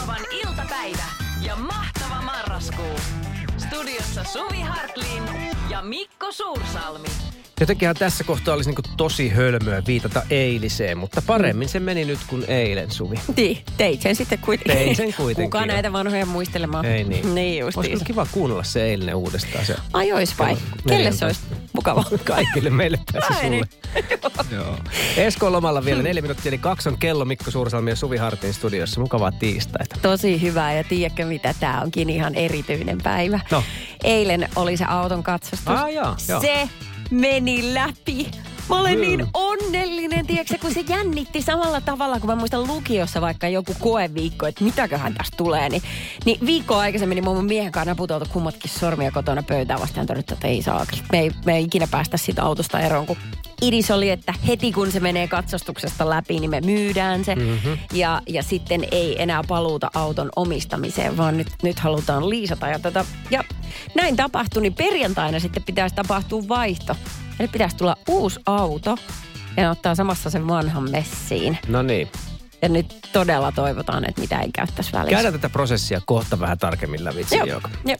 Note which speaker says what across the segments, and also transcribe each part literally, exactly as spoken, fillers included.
Speaker 1: Radionovan iltapäivä ja mahtava marraskuu. Studiossa Suvi Hartlin ja Mikko Suursalmi.
Speaker 2: Jotenkinhan tässä kohtaa olisi niin tosi hölmöä viitata eiliseen, mutta paremmin se meni nyt kuin eilen, Suvi.
Speaker 3: Niin, teit sen sitten kuitenkin.
Speaker 2: Tein sen kuitenkin.
Speaker 3: Kuka näitä vanhoja muistelemaan?
Speaker 2: Ei niin.
Speaker 3: Niin justiinsa.
Speaker 2: Olisi kiva kuunnella se eilinen uudestaan. Se
Speaker 3: Ai ois vai? Kelle se olisi mukava?
Speaker 2: Kaikille meille pääsi sulle.
Speaker 3: Niin.
Speaker 2: Joo. Esko on lomalla vielä neljä minuuttia, eli kaksi on kello Mikko Suursalmi ja Suvi Hartin studiossa. Mukavaa tiistaita.
Speaker 3: Tosi hyvää ja tiedätkö mitä, tää onkin ihan erityinen päivä.
Speaker 2: No.
Speaker 3: Eilen oli se auton katsastus.
Speaker 2: Ah, joo, joo.
Speaker 3: Se meni läpi. Mä olen
Speaker 2: Mm.
Speaker 3: niin onnellinen, tiedätkö, kun se jännitti samalla tavalla, kun mä muistan lukiossa vaikka joku koeviikko, että mitäköhän tästä tulee. Niin, niin viikkoa aikaisemmin niin mun miehen kanssa naputeltu kummatkin sormia kotona pöytään vastaan todettu, että ei saa. Me ei, me ei ikinä päästä siitä autosta eroon, kun idis oli, että heti kun se menee katsastuksesta läpi, niin me myydään se. Mm-hmm. Ja, ja sitten ei enää paluuta auton omistamiseen, vaan nyt, nyt halutaan liisata. Ja, tota, ja näin tapahtui, niin perjantaina sitten pitäisi tapahtua vaihto. Eli pitäisi tulla uusi auto ja ottaa samassa sen vanhan messiin.
Speaker 2: No niin.
Speaker 3: Ja nyt todella toivotaan, että mitä ei käyttäisi välissä.
Speaker 2: Käydään tätä prosessia kohta vähän tarkemmin lävitse.
Speaker 3: Joo.
Speaker 2: Joo.
Speaker 3: Joo.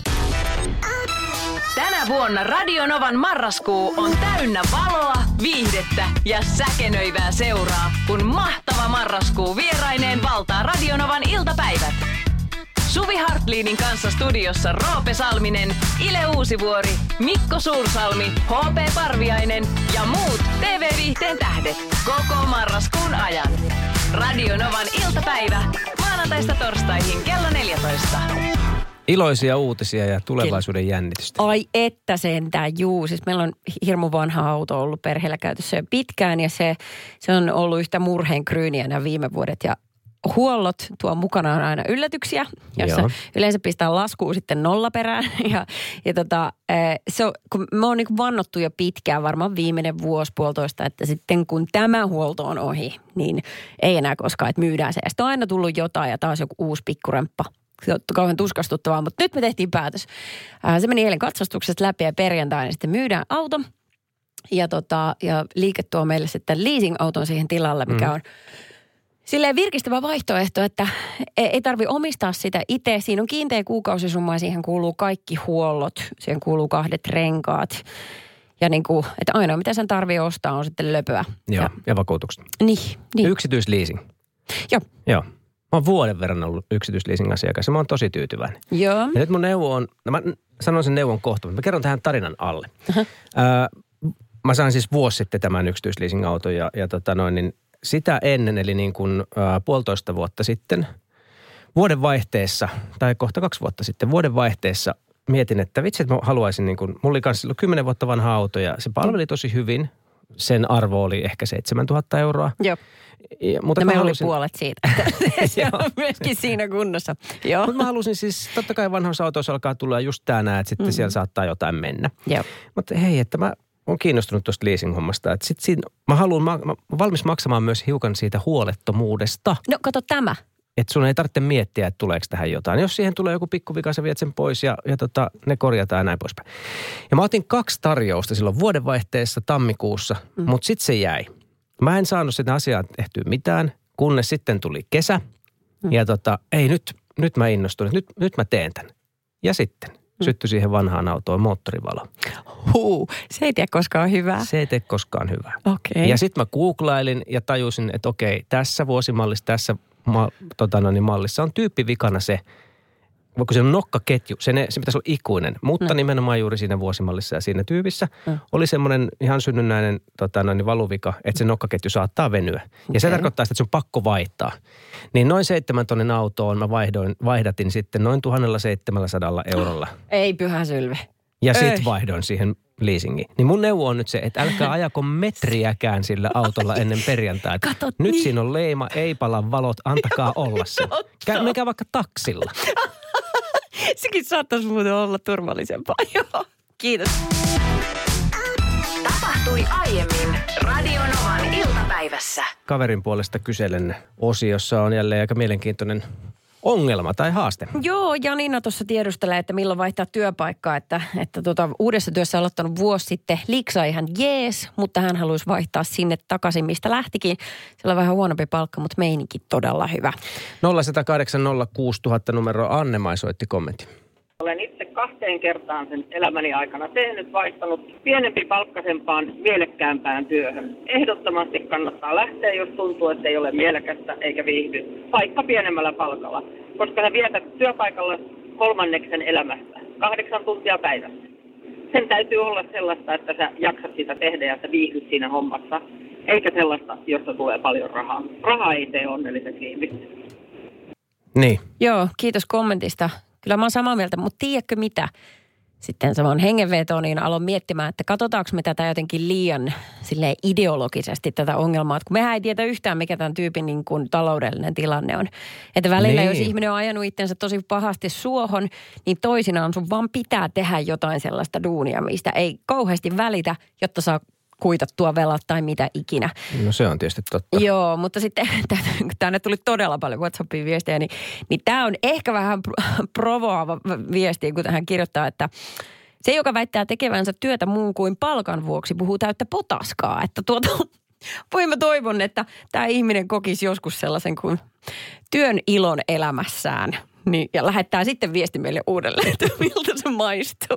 Speaker 1: Tänä vuonna Radionovan marraskuu on täynnä valoa, viihdettä ja säkenöivää seuraa, kun mahtava marraskuu vieraineen valtaa Radionovan iltapäivät. Suvi Hartlinin kanssa studiossa Roope Salminen, Ile Uusivuori, Mikko Suursalmi, H P Parviainen ja muut T V-viihteen tähdet koko marraskuun ajan. Radionovan iltapäivä maanantaista torstaihin kello neljätoista.
Speaker 2: Iloisia uutisia ja tulevaisuuden jännitystä.
Speaker 3: Ai että sentään, juu. Siis meillä on hirmu vanha auto ollut perheellä käytössä jo pitkään ja se, se on ollut yhtä murheenkryyniä nämä viime vuodet ja huollot tuo mukanaan aina yllätyksiä, jossa Joo. yleensä pistää laskuun sitten nollaperään. Ja, ja tota, se on, kun me on niin vannottu jo pitkään, varmaan viimeinen vuosi, puolitoista, että sitten kun tämä huolto on ohi, niin ei enää koskaan, että myydään se. Ja sitten on aina tullut jotain ja taas joku uusi pikkuremppa. Se on kauhean tuskastuttavaa, mutta nyt me tehtiin päätös. Se meni eilen katsastuksesta läpi ja perjantaina sitten myydään auto. Ja, tota, ja liike tuo meille sitten leasing-auton siihen tilalle, mikä mm. on silleen virkistävä vaihtoehto, että ei tarvi omistaa sitä itse. Siinä on kiinteä kuukausisumma ja siihen kuuluu kaikki huollot. Siihen kuuluu kahdet renkaat. Ja niin kuin, että ainoa mitä sen tarvii ostaa on sitten löpöä.
Speaker 2: Joo, ja, ja vakuutukset.
Speaker 3: Niin, niin.
Speaker 2: Yksityisleasing.
Speaker 3: Joo.
Speaker 2: Joo. Mä oon vuoden verran ollut yksityisleasing asiakas ja mä oon tosi tyytyväinen.
Speaker 3: Joo.
Speaker 2: Ja nyt mun neuvo on, no mä sanon sen neuvon kohta, mutta mä kerron tähän tarinan alle. Uh-huh. Uh, mä sain siis vuosi sitten tämän yksityisleasing-auton ja, ja tota noin, niin sitä ennen, eli niin kuin uh, puolitoista vuotta sitten, vuoden vaihteessa, tai kohta kaksi vuotta sitten, vuoden vaihteessa mietin, että vitsi, että mä haluaisin niin kuin, mulla oli kanssa silloin kymmenen vuotta vanha auto ja se palveli tosi hyvin. Sen arvo oli ehkä seitsemäntuhatta euroa.
Speaker 3: Joo.
Speaker 2: Ja, mutta
Speaker 3: no me
Speaker 2: halusin...
Speaker 3: oli puolet siitä. Se on myöskin siinä kunnossa. Joo.
Speaker 2: Mutta mä halusin siis, totta kai vanhoissa autoissa alkaa tulla just tää näet, että sitten mm-hmm. siellä saattaa jotain mennä.
Speaker 3: Joo.
Speaker 2: Mutta hei, että mä oon kiinnostunut tuosta leasing-hommasta. Että sit siinä, mä haluan, mä, mä valmis maksamaan myös hiukan siitä huolettomuudesta.
Speaker 3: No kato tämä.
Speaker 2: Että sun ei tarvitse miettiä, että tuleeko tähän jotain. Jos siihen tulee joku pikkuvika, sä viet sen pois ja, ja tota, ne korjataan ja näin poispäin. Ja mä otin kaksi tarjousta silloin vuodenvaihteessa tammikuussa, mm. mutta sitten se jäi. Mä en saanut sitä asiaa tehtyä mitään, kunnes sitten tuli kesä. Mm. Ja tota, ei nyt, nyt mä innostun, nyt, nyt mä teen tämän. Ja sitten mm. syttyi siihen vanhaan autoon moottorivalo.
Speaker 3: Huu, se ei tee koskaan hyvää.
Speaker 2: Se ei tee koskaan hyvää.
Speaker 3: Okei.
Speaker 2: Ja sitten mä googlailin ja tajusin, että okei, tässä vuosimallissa, tässä ma, tota no, niin mallissa on tyyppivikana se, kun se on nokkaketju, se, ne, se pitäisi olla ikuinen, mutta no. nimenomaan juuri siinä vuosimallissa ja siinä tyypissä no. oli semmoinen ihan synnynnäinen tota, noin, valuvika, että se nokkaketju saattaa venyä. Ja okay. se tarkoittaa sitä, että se on pakko vaihtaa. Niin noin seitsemän tonnin autoon mä vaihdoin, vaihdatin sitten noin tuhatseitsemänsataa eurolla.
Speaker 3: Ei pyhä sylve.
Speaker 2: Ja sitten vaihdoin siihen leasingiin. Niin mun neuvo on nyt se, että älkää ajako metriäkään sillä autolla ennen perjantaita.
Speaker 3: Katot,
Speaker 2: nyt
Speaker 3: niin.
Speaker 2: siinä on leima, ei pala valot, antakaa olla se. Käy, menkää vaikka taksilla.
Speaker 3: Sekin saattaisi muuten olla turvallisempaa. Joo, kiitos.
Speaker 1: Tapahtui aiemmin Radionovan iltapäivässä.
Speaker 2: Kaverin puolesta kyselen osiossa on jälleen aika mielenkiintoinen ongelma tai haaste.
Speaker 3: Joo, Janina tuossa tiedustelee, että milloin vaihtaa työpaikkaa, että, että tota, uudessa työssä aloittanut vuosi sitten liksaa ihan jees, mutta hän haluaisi vaihtaa sinne takaisin, mistä lähtikin. Siellä on vähän huonompi palkka, mutta meininki todella hyvä.
Speaker 2: nolla yksi nolla kahdeksan nolla kuusi nolla nolla nolla numero Anne-Mai soitti kommentti.
Speaker 4: Olen itse kahteen kertaan sen elämäni aikana tehnyt, vaihtanut pienempi palkkasempaan, mielekkäämpään työhön. Ehdottomasti kannattaa lähteä, jos tuntuu, että ei ole mielekästä eikä viihdy, vaikka pienemmällä palkalla, koska sä vietät työpaikalla kolmanneksen elämästä, kahdeksan tuntia päivässä. Sen täytyy olla sellaista, että sä jaksat sitä tehdä ja sä viihdyt siinä hommassa, eikä sellaista, josta tulee paljon rahaa. Raha ei tee onnelliseksi ihmistä.
Speaker 2: Niin.
Speaker 3: Joo, kiitos kommentista. Kyllä mä oon samaa mieltä, mutta tiedätkö mitä? Sitten saman hengenvetoon, niin aloin miettimään, että katsotaanko me tätä jotenkin liian silleen ideologisesti tätä ongelmaa. Että kun mehän ei tiedä yhtään, mikä tämän tyypin niin kuin taloudellinen tilanne on. Että välillä, niin. jos ihminen on ajanut itsensä tosi pahasti suohon, niin toisinaan sun vaan pitää tehdä jotain sellaista duunia, mistä ei kauheasti välitä, jotta saa kuitattua velat tai mitä ikinä.
Speaker 2: No se on tietysti totta.
Speaker 3: Joo, mutta sitten tänne tuli todella paljon WhatsAppin viestejä, niin, niin tämä on ehkä vähän provoava viesti, kun hän kirjoittaa, että se, joka väittää tekevänsä työtä muun kuin palkan vuoksi, puhuu täyttä potaskaa. Että tuota, voi mä toivon, että tämä ihminen kokisi joskus sellaisen kuin työn ilon elämässään. Niin, ja lähettää sitten viesti meille uudelleen, että miltä se maistuu.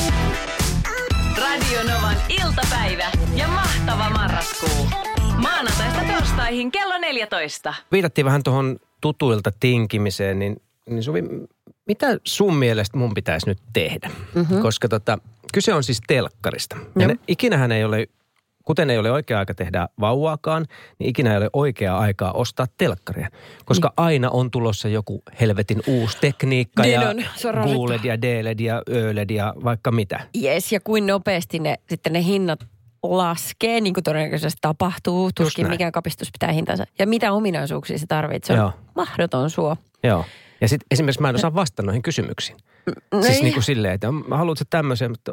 Speaker 1: Radio Novan iltapäivä ja mahtava marraskuu. Maanantaista torstaihin kello neljätoista.
Speaker 2: Viitattiin vähän tuohon tutuilta tinkimiseen, niin, niin Suvi, mitä sun mielestä mun pitäisi nyt tehdä? Mm-hmm. Koska tota, kyse on siis telkkarista. Ja ne, ikinähän ei ole, kuten ei ole oikea aika tehdä vauvaakaan, niin ikinä ei ole oikeaa aikaa ostaa telkkaria. Koska mm. aina on tulossa joku helvetin uusi tekniikka
Speaker 3: niin
Speaker 2: ja
Speaker 3: on,
Speaker 2: G-led ja D-led ja Ö-led ja vaikka mitä.
Speaker 3: Jes, ja kuin nopeasti ne, sitten ne hinnat laskee, niin kuin todennäköisesti tapahtuu. Tuskin mikään kapistus pitää hintansa. Ja mitä ominaisuuksia se tarvitsee? Se on Joo. mahdoton suo.
Speaker 2: Joo. Ja sitten esimerkiksi mä en osaa vastata noihin kysymyksiin. No siis niin kuin silleen, että haluatko tämmöisen, mutta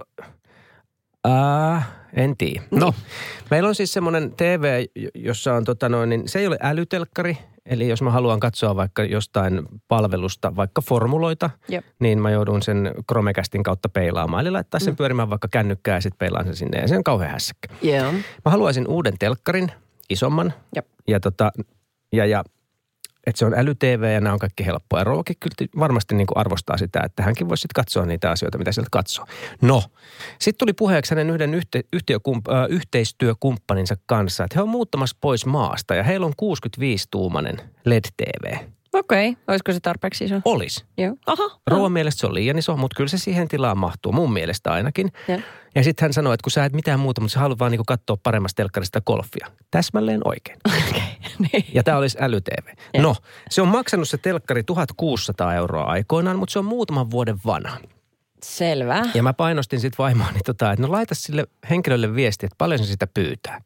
Speaker 2: äh, en tiedä. Niin. No, meillä on siis semmoinen T V, jossa on tota noin, niin se ei ole älytelkkari. Eli jos mä haluan katsoa vaikka jostain palvelusta, vaikka formuloita, Jep. niin mä joudun sen Chromecastin kautta peilaamaan. Eli laittaa sen mm. pyörimään vaikka kännykkää ja sitten peilaan sen sinne. Ja se on kauhean hässäkkä.
Speaker 3: Yeah.
Speaker 2: Mä haluaisin uuden telkkarin, isomman.
Speaker 3: Jep.
Speaker 2: Ja tota, ja, ja että se on äly-T V ja nämä on kaikki helppoa. Ja Rooki kyllä varmasti niin kuin arvostaa sitä, että hänkin voisi sitten katsoa niitä asioita, mitä sieltä katsoo. No, sitten tuli puheeksi hänen yhden yhte, yhteistyökump, äh, yhteistyökumppaninsa kanssa, että he on muuttamassa pois maasta ja heillä on kuusikymmentäviisi-tuumainen L E D-T V.
Speaker 3: Okei, okay. Olisiko se tarpeeksi iso?
Speaker 2: Olis.
Speaker 3: Joo. Aha.
Speaker 2: Rouvan mielestä se on liian iso, mutta kyllä se siihen tilaan mahtuu, mun mielestä ainakin. Ja, ja sitten hän sanoi, että kun sä et mitään muuta, mutta sä haluat vaan niinku katsoa paremmasta telkkarista golfia. Täsmälleen oikein.
Speaker 3: Okay. Niin.
Speaker 2: Ja tämä olisi äly-T V. Ja. No, se on maksanut se telkkari tuhatkuusisataa euroa aikoinaan, mutta se on muutaman vuoden vanha.
Speaker 3: Selvä.
Speaker 2: Ja mä painostin sitten vaimoani, tota, että no laita sille henkilölle viesti, että paljon se sitä pyytää.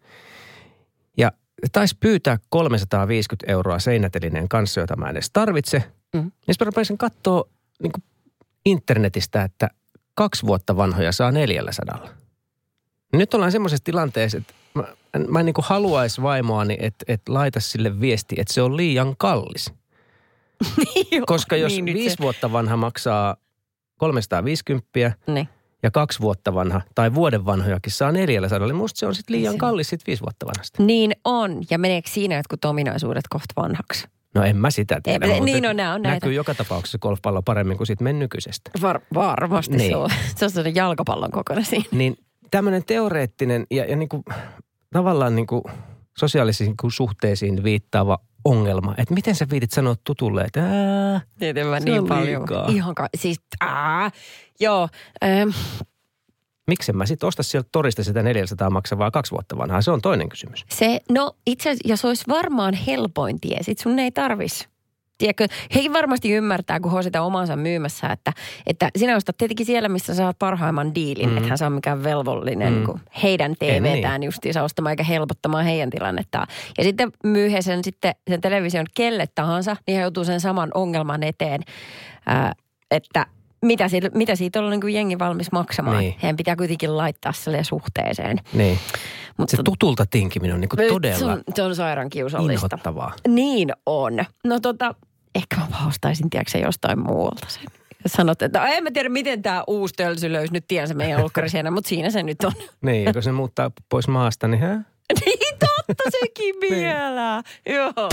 Speaker 2: Ja taisi pyytää kolmesataaviisikymmentä euroa seinätelineen kanssa, jota mä en edes tarvitse. Mm. Ja sitten mä rupesin katsoa niin kuin internetistä, että kaksi vuotta vanhoja saa neljälläsadalla. Nyt ollaan semmoisessa tilanteessa, että mä, mä en niin kuin haluaisi vaimoani, että, että laita sille viesti, että se on liian kallis.
Speaker 3: Joo,
Speaker 2: koska jos
Speaker 3: niin
Speaker 2: viisi
Speaker 3: se...
Speaker 2: vuotta vanha maksaa kolmesataaviisikymmentä
Speaker 3: niin.
Speaker 2: ja kaksi vuotta vanha tai vuoden vanhojakin saa neljälläsadalla, niin musta se on sitten liian kallis sit viisi vuotta vanhasta.
Speaker 3: Niin on. Ja meneekö siinä jotkut ominaisuudet kohta vanhaksi?
Speaker 2: No en mä sitä tiedä.
Speaker 3: Ei, niin on, nämä on näitä.
Speaker 2: Näkyy joka tapauksessa golfpallo paremmin kuin sit men nykyisestä.
Speaker 3: Var, varmasti niin. se on. Se on sellainen jalkapallon kokoinen siinä.
Speaker 2: Niin tämmöinen teoreettinen ja, ja niin kuin, tavallaan niin kuin sosiaalisiin suhteisiin viittaava ongelma. Että miten sä viitit sanoa tutulle, että ää,
Speaker 3: Tieten mä niin paljon. Ihan ka- siis ää, joo. Ähm.
Speaker 2: Miksen mä sitten osta sieltä torista sitä neljäsataa maksavaa kaksi vuotta vanhaa? Se on toinen kysymys.
Speaker 3: Se, no itse asiassa, ja se olisi varmaan helpoin tie. Sitten sun ei tarvisi. Tiedätkö, he varmasti ymmärtää, kun he on sitä omansa myymässä, että, että sinä ostat tietenkin siellä, missä saat parhaimman diilin. Mm. Että hän saa mikään velvollinen mm. niin heidän T V:tään niin. justiinsa ostamaan eikä helpottamaan heidän tilannettaan. Ja sitten myy he sen, sitten, sen television kelle tahansa, niin he joutuu sen saman ongelman eteen, ää, että mitä siitä, mitä siitä on niin kuin jengi valmis maksamaan. Niin. Heidän pitää kuitenkin laittaa sille suhteeseen.
Speaker 2: Niin. Mutta se tutulta tinkiminen on niin kuin todella
Speaker 3: se on, se on sairaan kiusallista.
Speaker 2: inhottavaa.
Speaker 3: Niin on. No tota, ehkä mä vaan ostaisin, tiedätkö jostain muualta sen. Ja sanot, että en mä tiedä, miten tämä uusi tölsy löysi nyt tiensä meidän olkkarisienä, mutta siinä se nyt on.
Speaker 2: Niin, ja kun se muuttaa pois maasta, niin hä?
Speaker 3: Niin, totta sekin vielä. Joo.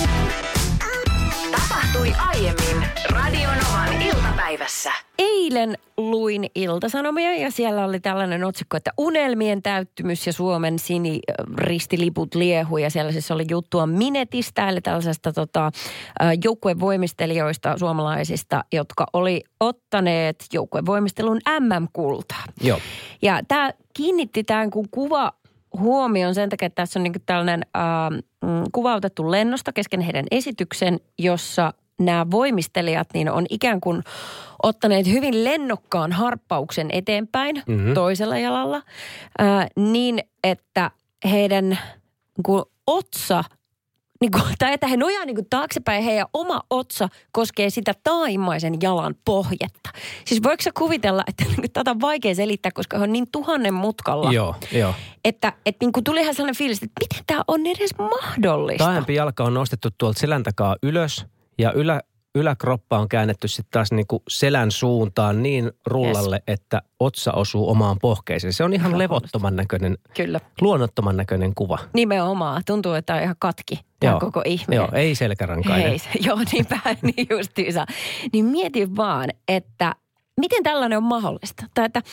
Speaker 1: Tapahtui aiemmin Radionovan iltapäivässä.
Speaker 3: Eilen luin Ilta-Sanomia ja siellä oli tällainen otsikko, että unelmien täyttymys ja Suomen siniristiliput liehu. Ja siellä siis oli juttua Minetistä, eli tällaisesta tota, joukkuevoimistelijoista suomalaisista, jotka oli ottaneet joukkuevoimistelun äm äm-kultaa.
Speaker 2: Joo.
Speaker 3: Ja tämä kiinnitti tämän kun kuva huomioon sen takia, että tässä on niin kuin tällainen äh, kuva otettu lennosta kesken heidän esityksen, jossa nämä voimistelijat niin on ikään kuin ottaneet hyvin lennokkaan harppauksen eteenpäin mm-hmm. toisella jalalla äh, niin, että heidän niin kuin, otsa, niin kuin, tai että he nojaa niin kuin, taaksepäin, heidän oma otsa koskee sitä taaimmaisen jalan pohjetta. Siis voiko sä kuvitella, että niin kuin, tätä on vaikea selittää, koska he on niin tuhannen mutkalla.
Speaker 2: Joo, joo.
Speaker 3: Että, että niin kuin tuli ihan sellainen fiilis, että miten tämä on edes mahdollista.
Speaker 2: Taaempi jalka on nostettu tuolta selän takaa ylös ja ylä, yläkroppa on käännetty sitten taas niin kuin selän suuntaan niin rullalle, yes. että otsa osuu omaan pohkeeseen. Se on ihan levottoman näköinen,
Speaker 3: Kyllä.
Speaker 2: luonnottoman näköinen kuva.
Speaker 3: Nimenomaan. Tuntuu, että on ihan katki tämä koko ihminen.
Speaker 2: Joo, ei selkärankainen.
Speaker 3: Hei, joo, niinpä, niin justiinsa. Niin mietin vaan, että miten tällainen on mahdollista. Tai että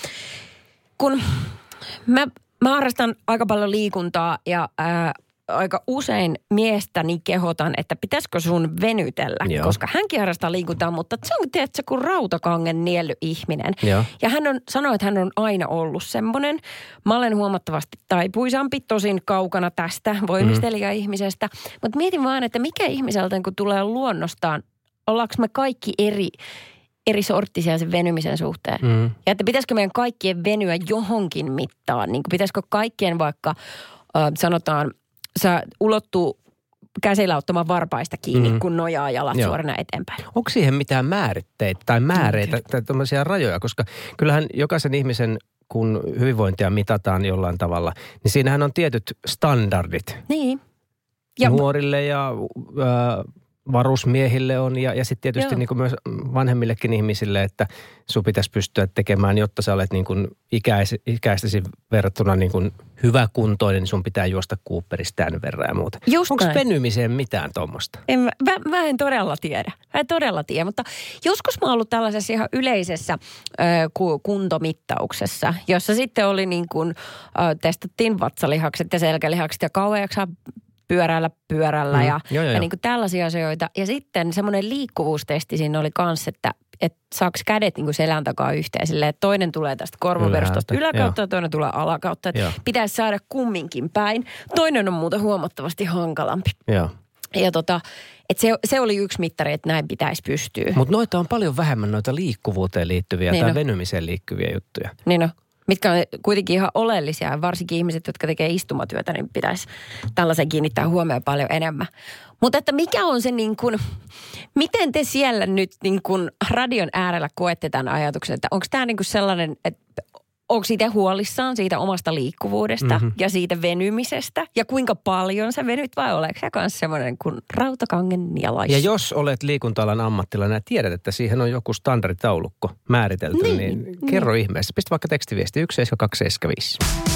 Speaker 3: kun mä, mä harrastan aika paljon liikuntaa ja ää, aika usein miestäni kehotan, että pitäisikö sun venytellä, Joo. koska hänkin harrastaa liikuntaa, mutta se on tietysti kuin rautakangen nielly ihminen. Joo. Ja hän on, sanoi, että hän on aina ollut semmoinen. Mä olen huomattavasti taipuisampi, tosin kaukana tästä voimistelija-ihmisestä. Mm. Mutta mietin vaan, että mikä ihmiseltä kun tulee luonnostaan, ollaanko me kaikki eri, eri sorttisia sen venymisen suhteen. Mm. Ja että pitäisikö meidän kaikkien venyä johonkin mittaan, niin pitäisikö kaikkien vaikka äh, sanotaan, sä ulottuu käsillä ottamaan varpaista kiinni, mm. kun nojaa jalat Joo. suorana eteenpäin.
Speaker 2: Onko siihen mitään määritteitä tai määreitä mm. tai tämmöisiä rajoja? Koska kyllähän jokaisen ihmisen, kun hyvinvointia mitataan jollain tavalla, niin siinähän on tietyt standardit.
Speaker 3: Niin.
Speaker 2: Ja nuorille ja äh, varusmiehille on ja, ja sitten tietysti niin kuin myös vanhemmillekin ihmisille, että sun pitäisi pystyä tekemään, jotta sä olet niin kuin ikäis, ikäistäsi verrattuna niin kuin hyväkuntoinen, niin sun pitää juosta Cooperista tämän verran ja muuta. Onko venymiseen mitään tuommoista?
Speaker 3: En, mä, mä en todella tiedä. Mä en todella tiedä, mutta joskus mä oon ollut tällaisessa ihan yleisessä ö, kuntomittauksessa, jossa sitten oli niin kuin, ö, testattiin vatsalihakset ja selkälihakset ja kauheaksi pyöräillä pyörällä mm. ja, joo, joo, ja niin kuin tällaisia asioita. Ja sitten semmoinen liikkuvuustesti siinä oli kanssa, että, että saaks kädet niin kuin selän takaa yhteen silleen, että toinen tulee tästä korvaverustosta yläkautta ja toinen tulee alakautta. Että pitäisi saada kumminkin päin. Toinen on muuten huomattavasti hankalampi.
Speaker 2: Joo.
Speaker 3: Ja tota, että se, se oli yksi mittari, että näin pitäisi pystyä.
Speaker 2: Mutta noita on paljon vähemmän noita liikkuvuuteen liittyviä niin tai no. venymiseen liittyviä juttuja.
Speaker 3: Niin no. Mitkä on kuitenkin ihan oleellisia, varsinkin ihmiset, jotka tekee istumatyötä, niin pitäisi tällaisen kiinnittää huomioon paljon enemmän. Mutta että mikä on se niin kuin, miten te siellä nyt niin kuin radion äärellä koette tämän ajatuksen, että onko tämä niin kuin sellainen, että onko siitä huolissaan siitä omasta liikkuvuudesta mm-hmm. ja siitä venymisestä ja kuinka paljon sä venyt vai oleeko sä kanssa semmoinen kuin rautakangen nielais?
Speaker 2: Ja jos olet liikunta-alan ammattilainen ja tiedät, että siihen on joku standarditaulukko määritelty, niin, niin, niin kerro ihmeessä. Pistä vaikka tekstiviesti yksi seitsemän kaksi seitsemän viisi.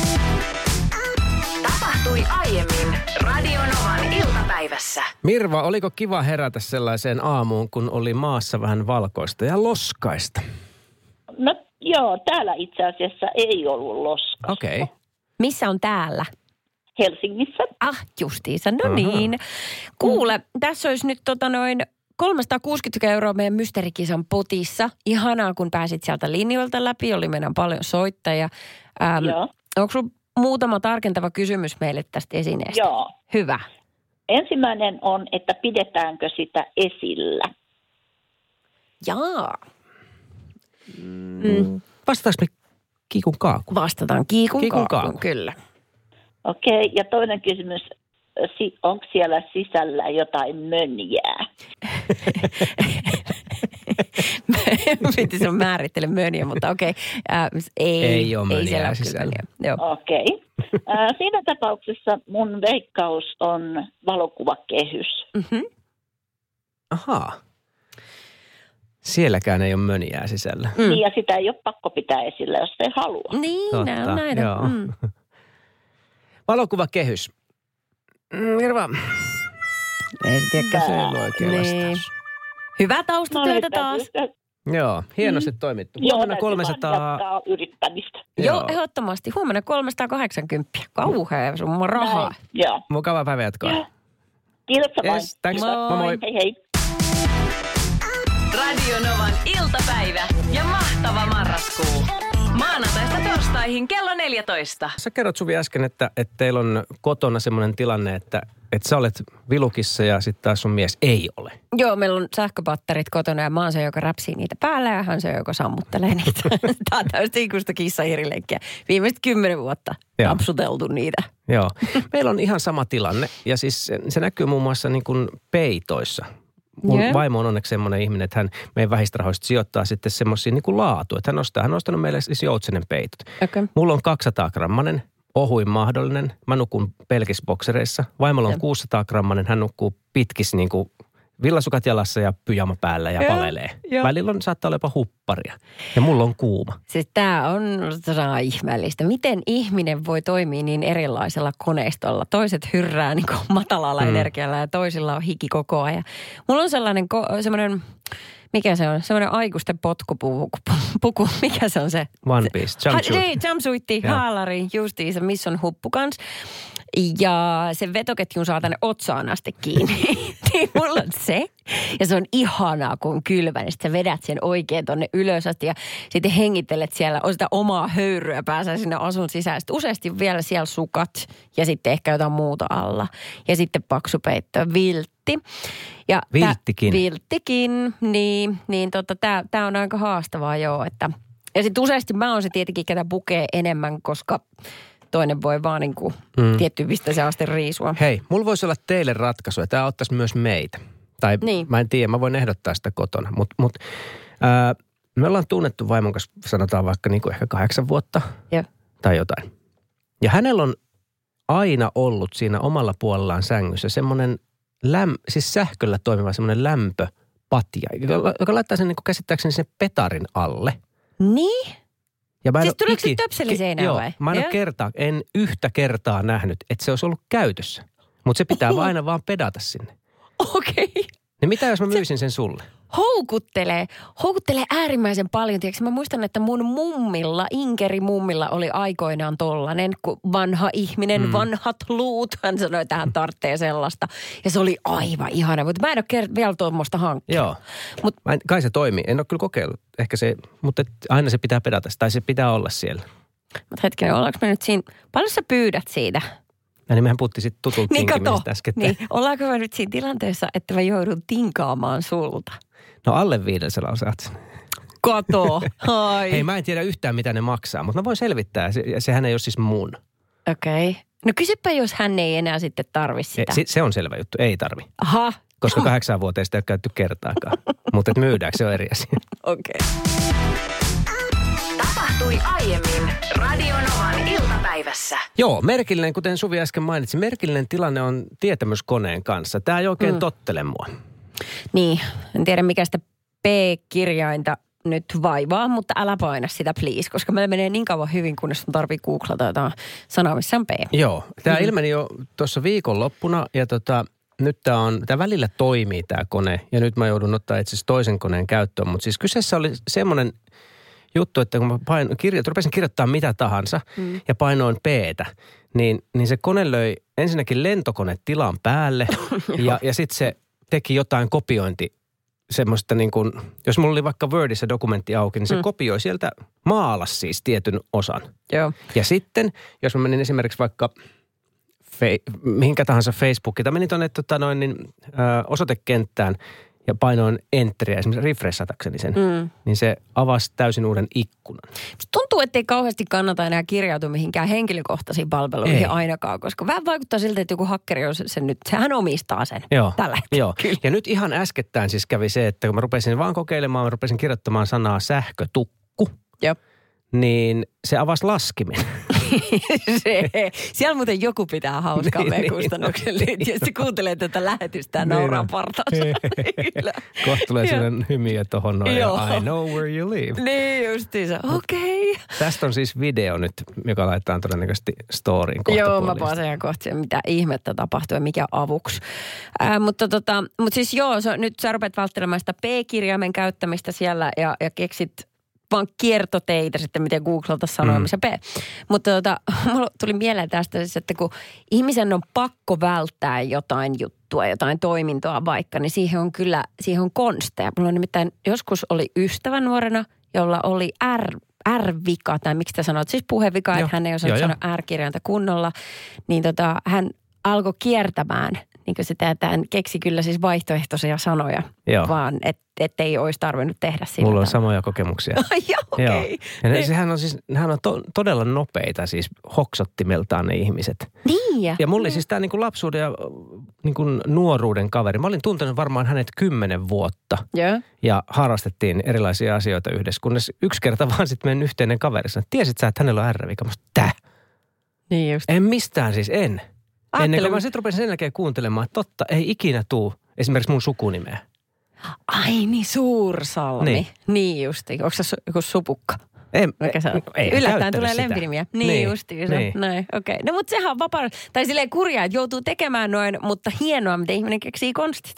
Speaker 1: Tapahtui aiemmin Radionovan iltapäivässä.
Speaker 2: Mirva, oliko kiva herätä sellaiseen aamuun, kun oli maassa vähän valkoista ja loskaista?
Speaker 5: No joo, täällä itse asiassa ei ollut loskasta.
Speaker 2: Okei. Okay.
Speaker 3: Missä on täällä?
Speaker 5: Helsingissä.
Speaker 3: Ah, justiinsa, no niin. Kuule, tässä olisi nyt tota noin kolmesataakuusikymmentä euroa meidän mysteerikisan potissa. Ihanaa, kun pääsit sieltä linjoilta läpi, oli meidän paljon soittajia. Ähm, Joo. Onko sinulla muutama tarkentava kysymys meille tästä esineestä?
Speaker 5: Joo.
Speaker 3: Hyvä.
Speaker 5: Ensimmäinen on, että pidetäänkö sitä esillä?
Speaker 3: Jaa.
Speaker 2: Mm. Vastataanko me kiikun kaakun?
Speaker 3: Vastataan kiikun, kiikun kaakun, kaakun, kyllä.
Speaker 5: Okei, okay, ja toinen kysymys, onko siellä sisällä jotain mönjää?
Speaker 3: Piti sinun määrittele mönjää, mutta okei. Okay. Äh, ei,
Speaker 2: ei ole mönjää
Speaker 3: ei
Speaker 2: sisällä.
Speaker 5: Okei. Okay. Äh, siinä tapauksessa mun veikkaus on valokuvakehys.
Speaker 3: Mm-hmm.
Speaker 2: Ahaa. Sielläkään ei ole mönjää sisällä.
Speaker 5: Mm. Niin, ja sitä ei ole pakko pitää esillä, jos ei halua.
Speaker 3: Niin,
Speaker 2: Totta,
Speaker 3: nämä on näitä.
Speaker 2: joo.
Speaker 3: Mm.
Speaker 2: Valokuvakehys. Mirva.
Speaker 3: Ei se tiedäkään.
Speaker 2: Se ei ole oikein
Speaker 3: Niin.
Speaker 2: vastaus.
Speaker 3: Hyvää taustatyötä
Speaker 5: No,
Speaker 3: taas.
Speaker 5: täytyy-
Speaker 2: Joo, hienosti mm. toimittu.
Speaker 5: Joo,
Speaker 2: Huomenna
Speaker 5: täytyy
Speaker 2: kolmesataa...
Speaker 5: vaan jatkaa yrittämistä.
Speaker 3: Joo, Joo, ehdottomasti. Huomenna kolmesataakahdeksankymmentä. Kauhea summa rahaa.
Speaker 5: Näin, joo.
Speaker 2: Mukavaa päivää jatkoa.
Speaker 5: Joo. Kiitos samoin.
Speaker 2: Yes, thanks.
Speaker 3: Moi.
Speaker 2: Moi moi.
Speaker 5: Hei hei.
Speaker 1: Radio Novan iltapäivä ja mahtava marraskuu. Maanantaista torstaihin kello neljätoista.
Speaker 2: Sä kerrot Suvi äsken, että, että teillä on kotona semmoinen tilanne, että, että sä olet vilukissa ja sitten taas sun mies ei ole.
Speaker 3: Joo, meillä on sähköpatterit kotona ja mä oon se, joka räpsii niitä päällä ja hän se, joka sammuttelee niitä. Tää on täysin ikuista kissahirileikkiä. Viimeiset kymmenen vuotta
Speaker 2: Joo.
Speaker 3: napsuteltu niitä.
Speaker 2: Joo. Meillä on ihan sama tilanne ja siis se, se näkyy muun muassa niin kuin peitoissa. Mun
Speaker 3: Jee.
Speaker 2: vaimo on onneksi semmoinen ihminen, että hän meidän vähistä sijoittaa sitten semmoisia niin kuin laatu. Että hän ostaa, hän on ostanut meille siis joutsenen peitot.
Speaker 3: Okay.
Speaker 2: Mulla on kaksisataa grammanen, ohuin mahdollinen. Mä nukun pelkisboksereissa. Vaimolla on
Speaker 3: Jep.
Speaker 2: kuusisataa grammanen, hän nukkuu pitkis niin kuin villasukat jalassa ja pyjama päällä ja
Speaker 3: Joo,
Speaker 2: palelee.
Speaker 3: joo.
Speaker 2: Välillä on, saattaa olla jopa hupparia. Ja mulla on kuuma.
Speaker 3: Siis tää on todella ihmeellistä. Miten ihminen voi toimia niin erilaisella koneistolla? Toiset hyrrää niin kuin matalalla mm. energialla ja toisilla on hiki koko ajan. Mulla on sellainen, ko- semmoinen, mikä se on? Semmoinen aikuisten potkupuku, puku, mikä se on se?
Speaker 2: One Piece, jumpsuit.
Speaker 3: Ei, jumpsuitti,
Speaker 2: Joo.
Speaker 3: haalari, justiinsa, missä on huppu kans. Ja sen vetoketjun saa tänne otsaan asti kiinni. Niin mulla on se. Ja se on ihanaa, kun on kylmä, niin sitten sä vedät sen oikein tonne ylös asti ja sitten hengittelet siellä, on sitä omaa höyryä, pääsee sinne asun sisään. Sitten useasti vielä siellä sukat ja sitten ehkä jotain muuta alla. Ja sitten paksupeitto, viltti. Ja
Speaker 2: Vilttikin.
Speaker 3: Tää, vilttikin, niin, niin tota, tää, tää on aika haastavaa joo, että ja sitten useasti mä oon se tietenkin, ketä pukee enemmän, koska toinen voi vaan niin kuin mm. tietty pistä se asti riisua.
Speaker 2: Hei, mulla voisi olla teille ratkaisu ja tämä auttaisi myös meitä. Tai
Speaker 3: Niin.
Speaker 2: mä en tiedä, mä voin ehdottaa sitä kotona. Mutta mut, ää, me ollaan tunnettu vaimon kanssa, sanotaan vaikka niin kuin ehkä kahdeksan vuotta
Speaker 3: Joo.
Speaker 2: tai jotain. Ja hänellä on aina ollut siinä omalla puolellaan sängyssä semmoinen läm, siis sähköllä toimiva semmoinen lämpöpatja, joka, joka laittaa sen niin kuin käsittääkseni sen petarin alle.
Speaker 3: Niin?
Speaker 2: Ja mä en
Speaker 3: Siis
Speaker 2: ole
Speaker 3: tuleeko se
Speaker 2: iki-
Speaker 3: töpseliseinään
Speaker 2: Joo,
Speaker 3: vai?
Speaker 2: mä en ole
Speaker 3: Joo.
Speaker 2: kertaa, en yhtä kertaa nähnyt, että se olisi ollut käytössä. Mutta se pitää vaan aina vaan pedata sinne.
Speaker 3: Okei. Okay.
Speaker 2: Niin mitä jos mä myisin sen sulle?
Speaker 3: Houkuttelee, houkuttelee äärimmäisen paljon. Tiedätkö, mä muistan, että mun mummilla, Inkeri mummilla oli aikoinaan tollanen, kun vanha ihminen, mm. vanhat luut, hän sanoi, että hän tarvitsee sellaista. Ja se oli aivan ihana, mutta mä en ole kert- vielä tuommoista hankkia.
Speaker 2: Joo.
Speaker 3: Mut,
Speaker 2: Mä en, kai se toimii. En ole kyllä kokeillut. Ehkä se, mutta et aina se pitää pedata. Tai se pitää olla siellä.
Speaker 3: mutta hetkinen, ollaanko me nyt siinä, paljon sä pyydät siitä?
Speaker 2: Ja niin mehän puhuttiin sitten tutulta
Speaker 3: Niin kato,
Speaker 2: tinkimisestä äsken.
Speaker 3: niin, ollaanko me nyt siinä tilanteessa, että mä joudun tinkaamaan sulta?
Speaker 2: No alle viidellä saat sen.
Speaker 3: Kato, ai.
Speaker 2: Hei, mä en tiedä yhtään mitä ne maksaa, mutta mä voin selvittää. Se, sehän ei ole siis mun.
Speaker 3: Okei. Okay. No kysypä, jos hän ei enää sitten tarvi sitä.
Speaker 2: Se, se on selvä juttu. Ei tarvi.
Speaker 3: Aha.
Speaker 2: Koska kahdeksan vuoteen sitä ei ole käytetty kertaakaan. Mutta et myydäänkö, se on eri asia.
Speaker 3: Okei. Okay.
Speaker 1: Tapahtui aiemmin Radio Novan iltapäivässä.
Speaker 2: Joo, merkillinen, kuten Suvi äsken mainitsi, merkillinen tilanne on tietämyskoneen kanssa. Tämä ei oikein mm. tottele mua.
Speaker 3: Niin, en tiedä mikä sitä P-kirjainta nyt vaivaa, mutta älä paina sitä please, koska meillä menee niin kauan hyvin, kunnes on tarvii googlata jotain sanaa, missä on P.
Speaker 2: Joo, tämä
Speaker 3: Mm-hmm.
Speaker 2: ilmeni jo tuossa viikonloppuna ja tota, nyt tämä on, tämä välillä toimii tämä kone ja nyt mä joudun ottaa itse asiassa toisen koneen käyttöön, mutta siis kyseessä oli semmoinen juttu, että kun mä paino, kirjo, rupesin kirjoittaa mitä tahansa mm. ja painoin P:tä, niin, niin se kone löi ensinnäkin lentokonetilan päälle ja, ja sitten se teki jotain kopiointi semmoista niin kuin, jos mulla oli vaikka Wordissa dokumentti auki, niin se mm. kopioi sieltä, maalas siis tietyn osan.
Speaker 3: Joo.
Speaker 2: Ja sitten, jos mä menin esimerkiksi vaikka fe, mihinkä tahansa Facebookiin, tai menin tuonne tota noin, niin, ö, osoitekenttään ja painoin enteriä, esimerkiksi refreshatakseni sen, mm. niin se avasi täysin uuden ikkunan.
Speaker 3: Musta tuntuu, ettei kauheasti kannata enää kirjautua mihinkään henkilökohtaisiin palveluihin
Speaker 2: Ei.
Speaker 3: ainakaan, koska vähän vaikuttaa siltä, että joku hakkeri on sen nyt, sehän omistaa sen
Speaker 2: Joo.
Speaker 3: tällä hetkellä.
Speaker 2: Joo. Ja nyt ihan äskettäin siis kävi se, että kun mä rupesin vaan kokeilemaan, mä rupesin kirjoittamaan sanaa sähkötukku,
Speaker 3: Joo.
Speaker 2: niin se avasi laskimen.
Speaker 3: se, siellä muuten joku pitää hauskaa
Speaker 2: niin,
Speaker 3: meidän
Speaker 2: niin,
Speaker 3: kustannukselle.
Speaker 2: no,
Speaker 3: Jos se kuuntelee tätä lähetystä ja nauraa partaansa.
Speaker 2: Kohta tulee sellainen hymiö tohon noin. I know where you live.
Speaker 3: Niin justiinsa. Okei. Okay.
Speaker 2: Tästä on siis video nyt, joka laitetaan todennäköisesti storyin kohta.
Speaker 3: Joo, mä pääsen ihan kohta, mitä ihmettä tapahtuu ja mikä avuksi. Ää, mutta tota, mut siis joo, so, nyt sä rupeat välttelemään sitä P-kirjaimen käyttämistä siellä ja, ja keksit vaan kiertoteitä sitten, miten Googlelta sanoo, mm. missä P. Mutta tota, mulla tuli mieleen tästä siis, että kun ihmisen on pakko välttää jotain juttua, jotain toimintoa vaikka, niin siihen on kyllä, siihen on konsteja. Mulla on nimittäin joskus oli ystävä nuorena, jolla oli R, R-vika, tai miksi sä sanot, siis puhevika, että hän ei osannut sanoa R-kirjainta kunnolla, niin tota, hän alkoi kiertämään niin kuin sitä, että hän keksi kyllä siis vaihtoehtoisia sanoja, Joo. vaan et, ettei olisi tarvinnut tehdä sillä.
Speaker 2: Mulla on samoja kokemuksia.
Speaker 3: Joo, okei. Okay.
Speaker 2: Ja ne, sehän on siis, nehän on to, todella nopeita siis hoksottimeltaan ne ihmiset.
Speaker 3: Niin.
Speaker 2: Ja mulla oli siis tää niin kuin lapsuuden ja niin kuin nuoruuden kaveri. Mä olin tuntenut varmaan hänet kymmenen vuotta.
Speaker 3: Joo.
Speaker 2: Ja harrastettiin erilaisia asioita yhdessä, kunnes yksi kerta vaan sitten meidän yhteinen kaveri sanoi, tiesit sä, että hänellä on R-vika? Mä sanoin, tää?
Speaker 3: Niin just.
Speaker 2: En mistään siis, en.
Speaker 3: Ajattelin.
Speaker 2: Ennen kuin mä sitten rupesin sen jälkeen kuuntelemaan, että totta, ei ikinä tuu esimerkiksi mun sukunimeä.
Speaker 3: Ai niin, Suursalmi.
Speaker 2: Niin,
Speaker 3: niin justi. Onko se joku supukka?
Speaker 2: En,
Speaker 3: ei, yllättäen tulee lempinimiä. Niin, niin justiin se.
Speaker 2: Niin.
Speaker 3: Näin, okei. Okay. No mutta sehän on vapaa, tai silleen kurjaa, että joutuu tekemään noin, mutta hienoa, miten ihminen keksii konstit.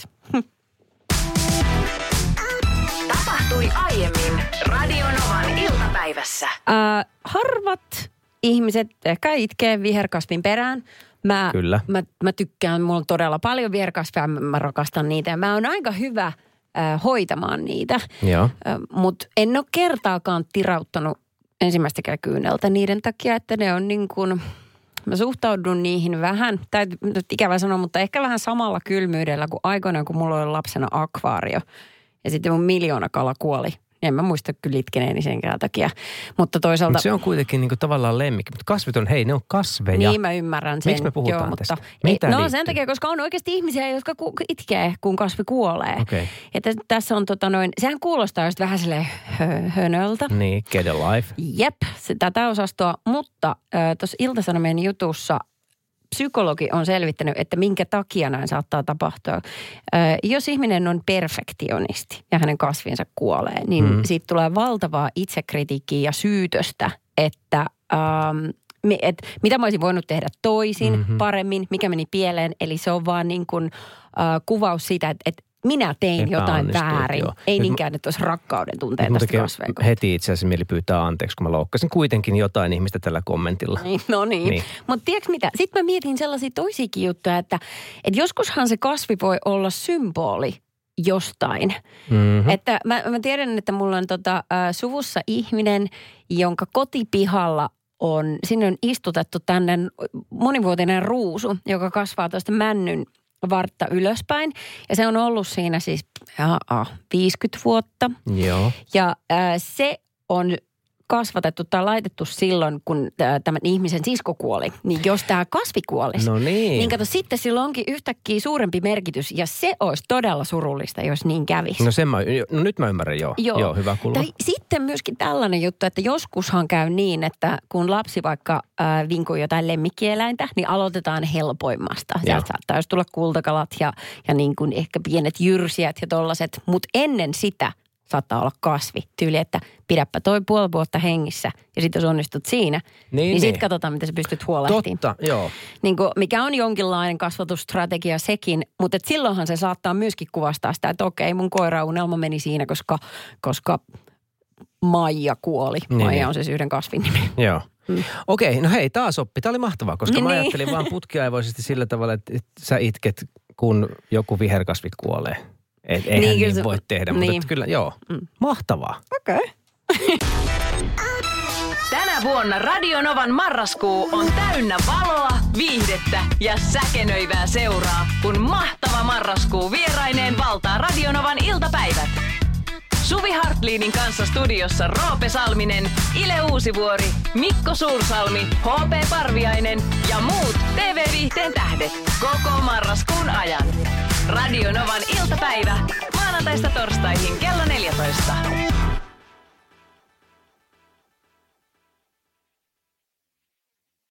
Speaker 1: Tapahtui aiemmin Radionovan iltapäivässä.
Speaker 3: Äh, harvat ihmiset ehkä itkee viherkasvin perään. Mä,
Speaker 2: Kyllä.
Speaker 3: Mä, mä tykkään, mulla on todella paljon viherkasveja, mä, mä rakastan niitä ja mä oon aika hyvä äh, hoitamaan niitä.
Speaker 2: Joo.
Speaker 3: Äh, Mutta en ole kertaakaan tirauttanut ensimmäistäkään kyyneltä niiden takia, että ne on niin kuin, mä suhtaudun niihin vähän, tai nyt ikävä sanoa, mutta ehkä vähän samalla kylmyydellä kuin aikoinaan, kun mulla oli lapsena akvaario. Ja sitten mun miljoona kala kuoli. En mä muista kyllä itkeneeni senkään takia. Mutta toisaalta...
Speaker 2: Mutta se on kuitenkin niinku tavallaan lemmikki. Mutta kasvit on, hei, ne on kasveja.
Speaker 3: Niin mä ymmärrän sen.
Speaker 2: Miksi me puhutaan
Speaker 3: Joo,
Speaker 2: tästä?
Speaker 3: mutta
Speaker 2: Mitä
Speaker 3: ei, no
Speaker 2: liittyy?
Speaker 3: sen takia, koska on oikeasti ihmisiä, jotka ku, itkee, kun kasvi kuolee.
Speaker 2: Okay.
Speaker 3: Ja t- tässä on tota noin, sehän kuulostaa just vähän silleen hö, hönöltä.
Speaker 2: Niin, get alive.
Speaker 3: Jep, se, tätä osastoa. Mutta äh, tuossa Ilta-Sanomien jutussa psykologi on selvittänyt, että minkä takia näin saattaa tapahtua. Äh, jos ihminen on perfektionisti ja hänen kasvinsa kuolee, niin mm. siitä tulee valtavaa itsekritiikkiä ja syytöstä, että ähm, et, mitä mä olisin voinut tehdä toisin, mm-hmm. paremmin, mikä meni pieleen. Eli se on vaan niin kuin äh, kuvaus siitä, että et minä tein jotain väärin. Jo. Ei nyt niinkään, että olisi rakkauden tunteen tästä kasveen kohta.
Speaker 2: Heti itse asiassa mieli pyytää anteeksi, kun mä loukkasin kuitenkin jotain ihmistä tällä kommentilla.
Speaker 3: Niin, no niin. niin. Mutta tiedätkö mitä? Sitten mä mietin sellaisia toisiakin juttuja, että, että joskushan se kasvi voi olla symboli jostain. Mm-hmm. Että mä, mä tiedän, että mulla on tota, äh, suvussa ihminen, jonka kotipihalla on, sinne on istutettu tänne monivuotinen ruusu, joka kasvaa tuosta männyn vartta ylöspäin. Ja se on ollut siinä siis jaa, viisikymmentä vuotta.
Speaker 2: Joo.
Speaker 3: Ja äh, se on kasvatettu tai laitettu silloin, kun äh, tämän ihmisen sisko kuoli. Niin jos tämä kasvi kuolisi,
Speaker 2: no niin.
Speaker 3: niin kato, sitten sillä onkin yhtäkkiä suurempi merkitys. Ja se olisi todella surullista, jos niin kävisi.
Speaker 2: No, sen mä, no nyt mä ymmärrän, joo. Joo, joo hyvä kulma.
Speaker 3: Tai sitten myöskin tällainen juttu, että joskushan käy niin, että kun lapsi vaikka äh, vinkuu jotain lemmikkieläintä, niin aloitetaan helpoimmasta. Sieltä saattaa jos tulla kultakalat ja, ja niin kuin ehkä pienet jyrsijät ja tollaset. Mutta ennen sitä saattaa olla kasvi. Tyyli, että pidäpä toi puoli vuotta hengissä ja sitten jos onnistut siinä, niin, niin, niin. sitten katsotaan, miten sä pystyt huolehtimaan.
Speaker 2: Totta, joo.
Speaker 3: Niin kuin, mikä on jonkinlainen kasvatusstrategia sekin, mutta et silloinhan se saattaa myöskin kuvastaa sitä, että okei, mun koiraunelma meni siinä, koska, koska Maija kuoli. Niin, Maija niin. on siis yhden kasvin nimi.
Speaker 2: Joo. Mm. Okei, no hei, taas oppi. Tämä oli mahtavaa, koska mä
Speaker 3: niin.
Speaker 2: ajattelin vaan putkiaivoisesti sillä tavalla, että, että sä itket, kun joku viherkasvit kuolee. Et, eihän niin, niin voi tehdä, niin. mutta kyllä, joo, mm. mahtavaa.
Speaker 3: Okei. Okay.
Speaker 1: Tänä vuonna Radionovan marraskuu on täynnä valoa, viihdettä ja säkenöivää seuraa, kun mahtava marraskuu vieraineen valtaa Radionovan iltapäivät. Suvi Hartliinin kanssa studiossa Roope Salminen, Ile Uusivuori, Mikko Suursalmi, H P Parviainen ja muut T V-viihteen tähdet koko marraskuun ajan. Radionovan iltapäivä maanantaista torstaihin kello neljätoista.